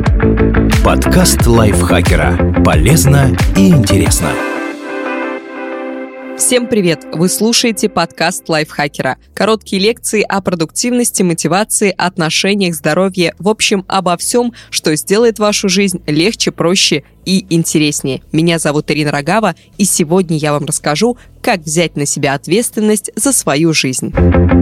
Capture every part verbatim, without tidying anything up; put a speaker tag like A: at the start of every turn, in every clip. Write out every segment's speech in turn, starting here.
A: Подкаст лайфхакера. Полезно и интересно.
B: Всем привет! Вы слушаете подкаст лайфхакера. Короткие лекции о продуктивности, мотивации, отношениях, здоровье, в общем, обо всем, что сделает вашу жизнь легче, проще и интереснее. Меня зовут Ирина Рогава, и сегодня я вам расскажу, как взять на себя ответственность за свою жизнь.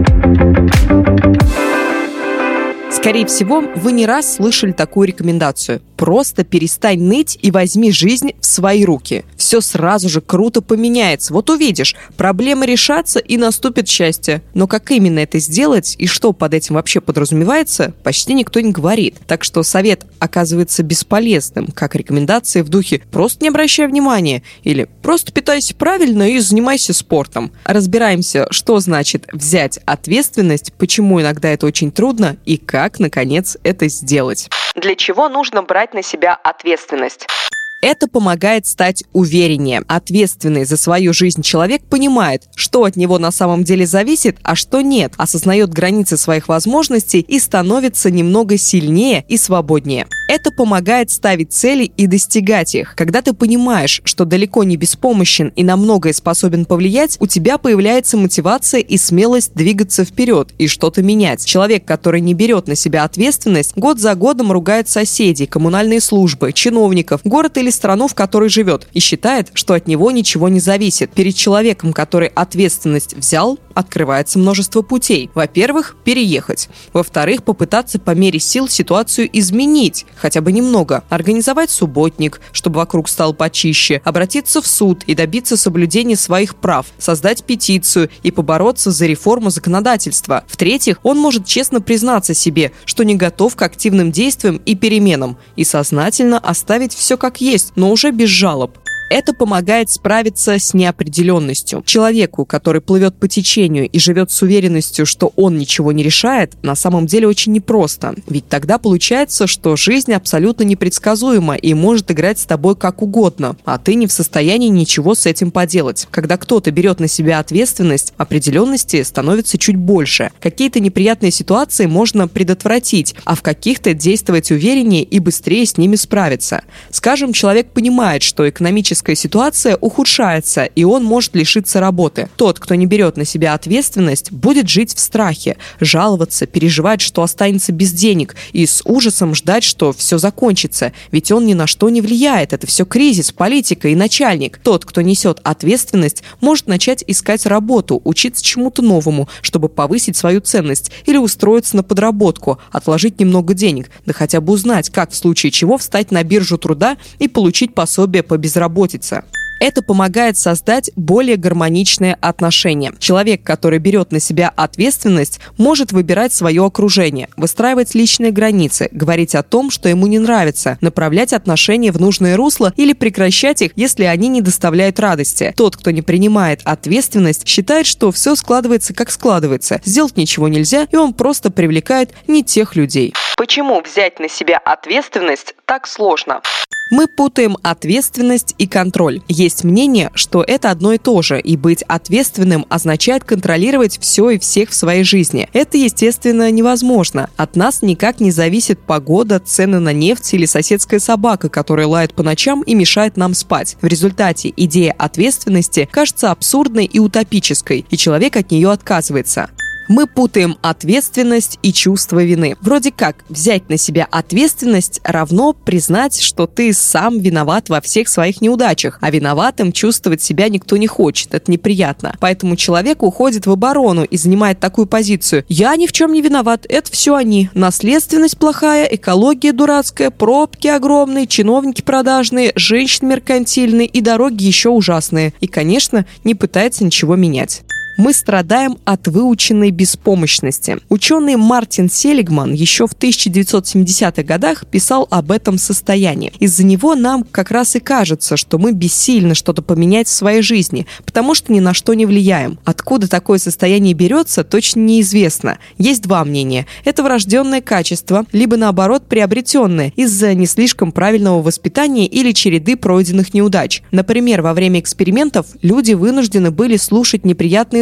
B: Скорее всего, вы не раз слышали такую рекомендацию. Просто перестань ныть и возьми жизнь в свои руки. Все сразу же круто поменяется. Вот увидишь, проблемы решатся и наступит счастье. Но как именно это сделать и что под этим вообще подразумевается, почти никто не говорит. Так что совет оказывается бесполезным, как рекомендации в духе «просто не обращай внимания» или «просто питайся правильно и занимайся спортом». Разбираемся, что значит взять ответственность, почему иногда это очень трудно и как, наконец, это сделать. Для чего нужно брать на себя ответственность? Это помогает стать увереннее. Ответственный за свою жизнь человек понимает, что от него на самом деле зависит, а что нет, осознает границы своих возможностей и становится немного сильнее и свободнее. Это помогает ставить цели и достигать их. Когда ты понимаешь, что далеко не беспомощен и на многое способен повлиять, у тебя появляется мотивация и смелость двигаться вперед и что-то менять. Человек, который не берет на себя ответственность, год за годом ругает соседей, коммунальные службы, чиновников, город или страну, в которой живет, и считает, что от него ничего не зависит. Перед человеком, который ответственность взял, открывается множество путей. Во-первых, переехать. Во-вторых, попытаться по мере сил ситуацию изменить, хотя бы немного. Организовать субботник, чтобы вокруг стало почище, обратиться в суд и добиться соблюдения своих прав, создать петицию и побороться за реформу законодательства. В-третьих, он может честно признаться себе, что не готов к активным действиям и переменам, и сознательно оставить все как есть, но уже без жалоб. Это помогает справиться с неопределенностью. Человеку, который плывет по течению и живет с уверенностью, что он ничего не решает, на самом деле очень непросто. Ведь тогда получается, что жизнь абсолютно непредсказуема и может играть с тобой как угодно, а ты не в состоянии ничего с этим поделать. Когда кто-то берет на себя ответственность, определенности становится чуть больше. Какие-то неприятные ситуации можно предотвратить, а в каких-то действовать увереннее и быстрее с ними справиться. Скажем, человек понимает, что экономическая ситуация ухудшается, и он может лишиться работы. Тот, кто не берет на себя ответственность, будет жить в страхе, жаловаться, переживать, что останется без денег, и с ужасом ждать, что все закончится. Ведь он ни на что не влияет. Это все кризис, политика и начальник. Тот, кто несет ответственность, может начать искать работу, учиться чему-то новому, чтобы повысить свою ценность, или устроиться на подработку, отложить немного денег, да хотя бы узнать, как в случае чего встать на биржу труда и получить пособие по безработице. Это помогает создать более гармоничные отношения. Человек, который берет на себя ответственность, может выбирать свое окружение, выстраивать личные границы, говорить о том, что ему не нравится, направлять отношения в нужное русло или прекращать их, если они не доставляют радости. Тот, кто не принимает ответственность, считает, что все складывается как складывается, сделать ничего нельзя, и он просто привлекает не тех людей. Почему взять на себя ответственность так сложно? Мы путаем ответственность и контроль. Есть мнение, что это одно и то же, и быть ответственным означает контролировать все и всех в своей жизни. Это, естественно, невозможно. От нас никак не зависит погода, цены на нефть или соседская собака, которая лает по ночам и мешает нам спать. В результате идея ответственности кажется абсурдной и утопической, и человек от нее отказывается. Мы путаем ответственность и чувство вины. Вроде как, взять на себя ответственность равно признать, что ты сам виноват во всех своих неудачах, а виноватым чувствовать себя никто не хочет, это неприятно. Поэтому человек уходит в оборону и занимает такую позицию: «Я ни в чем не виноват, это все они. Наследственность плохая, экология дурацкая, пробки огромные, чиновники продажные, женщины меркантильные и дороги еще ужасные». И, конечно, не пытается ничего менять. Мы страдаем от выученной беспомощности. Ученый Мартин Селигман еще в тысяча девятьсот семидесятых годах писал об этом состоянии. Из-за него нам как раз и кажется, что мы бессильны что-то поменять в своей жизни, потому что ни на что не влияем. Откуда такое состояние берется, точно неизвестно. Есть два мнения. Это врожденное качество, либо наоборот приобретенное из-за не слишком правильного воспитания или череды пройденных неудач. Например, во время экспериментов люди вынуждены были слушать неприятные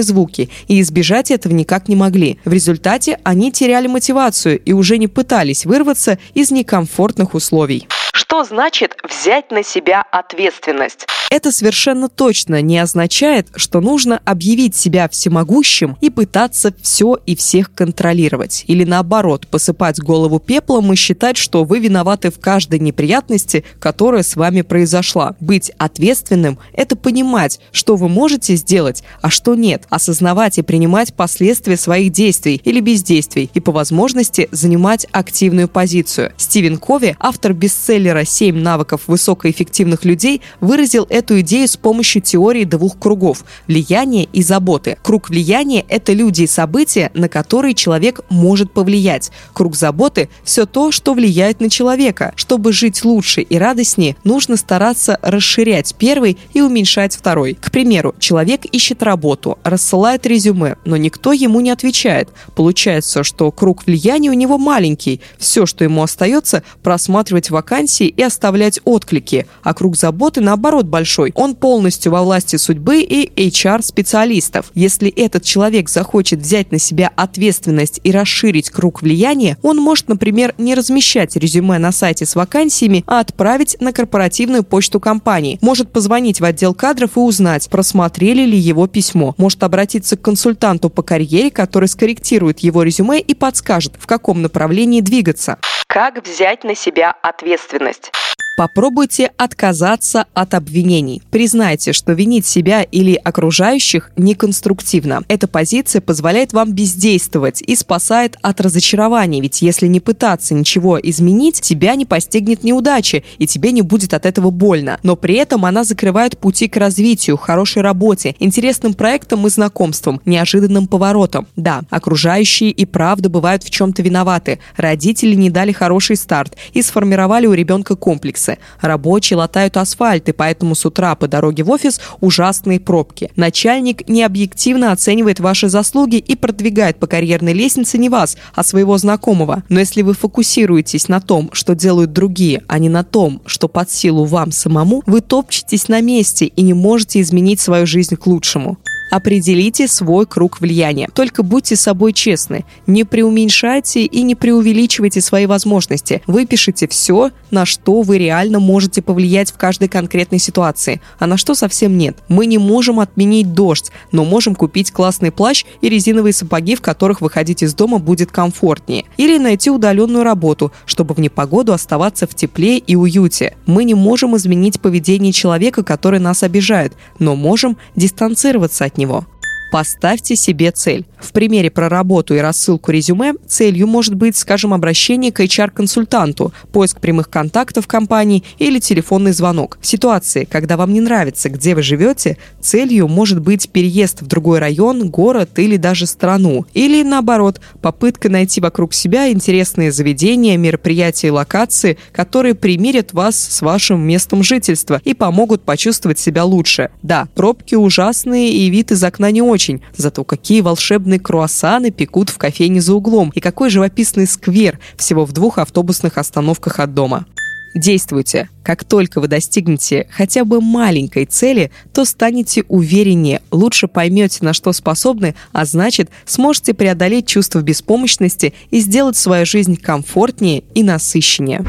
B: звуки, и избежать этого никак не могли. В результате они теряли мотивацию и уже не пытались вырваться из некомфортных условий. Что значит взять на себя ответственность? Это совершенно точно не означает, что нужно объявить себя всемогущим и пытаться все и всех контролировать. Или наоборот, посыпать голову пеплом и считать, что вы виноваты в каждой неприятности, которая с вами произошла. Быть ответственным – это понимать, что вы можете сделать, а что нет. Осознавать и принимать последствия своих действий или бездействий и по возможности занимать активную позицию. Стивен Кови, автор бестселлера «Семь навыков высокоэффективных людей», выразил эту идею с помощью теории двух кругов – влияния и заботы. Круг влияния – это люди и события, на которые человек может повлиять. Круг заботы – все то, что влияет на человека. Чтобы жить лучше и радостнее, нужно стараться расширять первый и уменьшать второй. К примеру, человек ищет работу, рассылает резюме, но никто ему не отвечает. Получается, что круг влияния у него маленький. Все, что ему остается – просматривать вакансии и оставлять отклики. А круг заботы, наоборот, большой. Он полностью во власти судьбы и эйч ар-специалистов. Если этот человек захочет взять на себя ответственность и расширить круг влияния, он может, например, не размещать резюме на сайте с вакансиями, а отправить на корпоративную почту компании. Может позвонить в отдел кадров и узнать, просмотрели ли его письмо. Может обратиться к консультанту по карьере, который скорректирует его резюме и подскажет, в каком направлении двигаться. Как взять на себя ответственность? Попробуйте отказаться от обвинений. Признайте, что винить себя или окружающих неконструктивно. Эта позиция позволяет вам бездействовать и спасает от разочарований, ведь если не пытаться ничего изменить, тебя не постигнет неудача, и тебе не будет от этого больно. Но при этом она закрывает пути к развитию, хорошей работе, интересным проектам и знакомствам, неожиданным поворотам. Да, окружающие и правда бывают в чем-то виноваты. Родители не дали хороший старт и сформировали у ребенка комплексы. Рабочие латают асфальт, и поэтому с утра по дороге в офис ужасные пробки. Начальник необъективно оценивает ваши заслуги и продвигает по карьерной лестнице не вас, а своего знакомого. Но если вы фокусируетесь на том, что делают другие, а не на том, что под силу вам самому, вы топчетесь на месте и не можете изменить свою жизнь к лучшему. Определите свой круг влияния. Только будьте с собой честны. Не преуменьшайте и не преувеличивайте свои возможности. Выпишите все, на что вы реально можете повлиять в каждой конкретной ситуации, а на что совсем нет. Мы не можем отменить дождь, но можем купить классный плащ и резиновые сапоги, в которых выходить из дома будет комфортнее. Или найти удаленную работу, чтобы в непогоду оставаться в тепле и уюте. Мы не можем изменить поведение человека, который нас обижает, но можем дистанцироваться от него. Поставьте себе цель. В примере про работу и рассылку резюме целью может быть, скажем, обращение к эйч ар-консультанту, поиск прямых контактов компании или телефонный звонок. В ситуации, когда вам не нравится, где вы живете, целью может быть переезд в другой район, город или даже страну. Или, наоборот, попытка найти вокруг себя интересные заведения, мероприятия и локации, которые примирят вас с вашим местом жительства и помогут почувствовать себя лучше. Да, пробки ужасные и вид из окна не очень. Очень. Зато какие волшебные круассаны пекут в кофейне за углом. И какой живописный сквер всего в двух автобусных остановках от дома. Действуйте. Как только вы достигнете хотя бы маленькой цели, то станете увереннее, лучше поймете, на что способны, а значит, сможете преодолеть чувство беспомощности и сделать свою жизнь комфортнее и насыщеннее.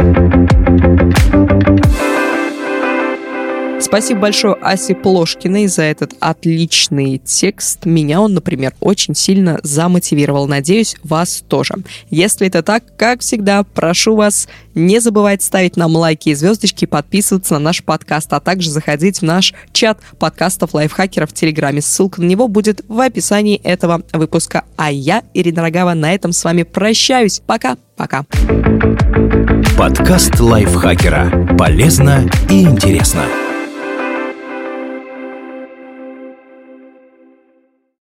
B: Спасибо большое Асе Плошкиной за этот отличный текст. Меня он, например, очень сильно замотивировал. Надеюсь, вас тоже. Если это так, как всегда, прошу вас не забывать ставить нам лайки и звездочки, подписываться на наш подкаст, а также заходить в наш чат подкастов лайфхакеров в Телеграме. Ссылка на него будет в описании этого выпуска. А я, Ирина Рогава, на этом с вами прощаюсь. Пока-пока.
A: Подкаст лайфхакера. Полезно и интересно.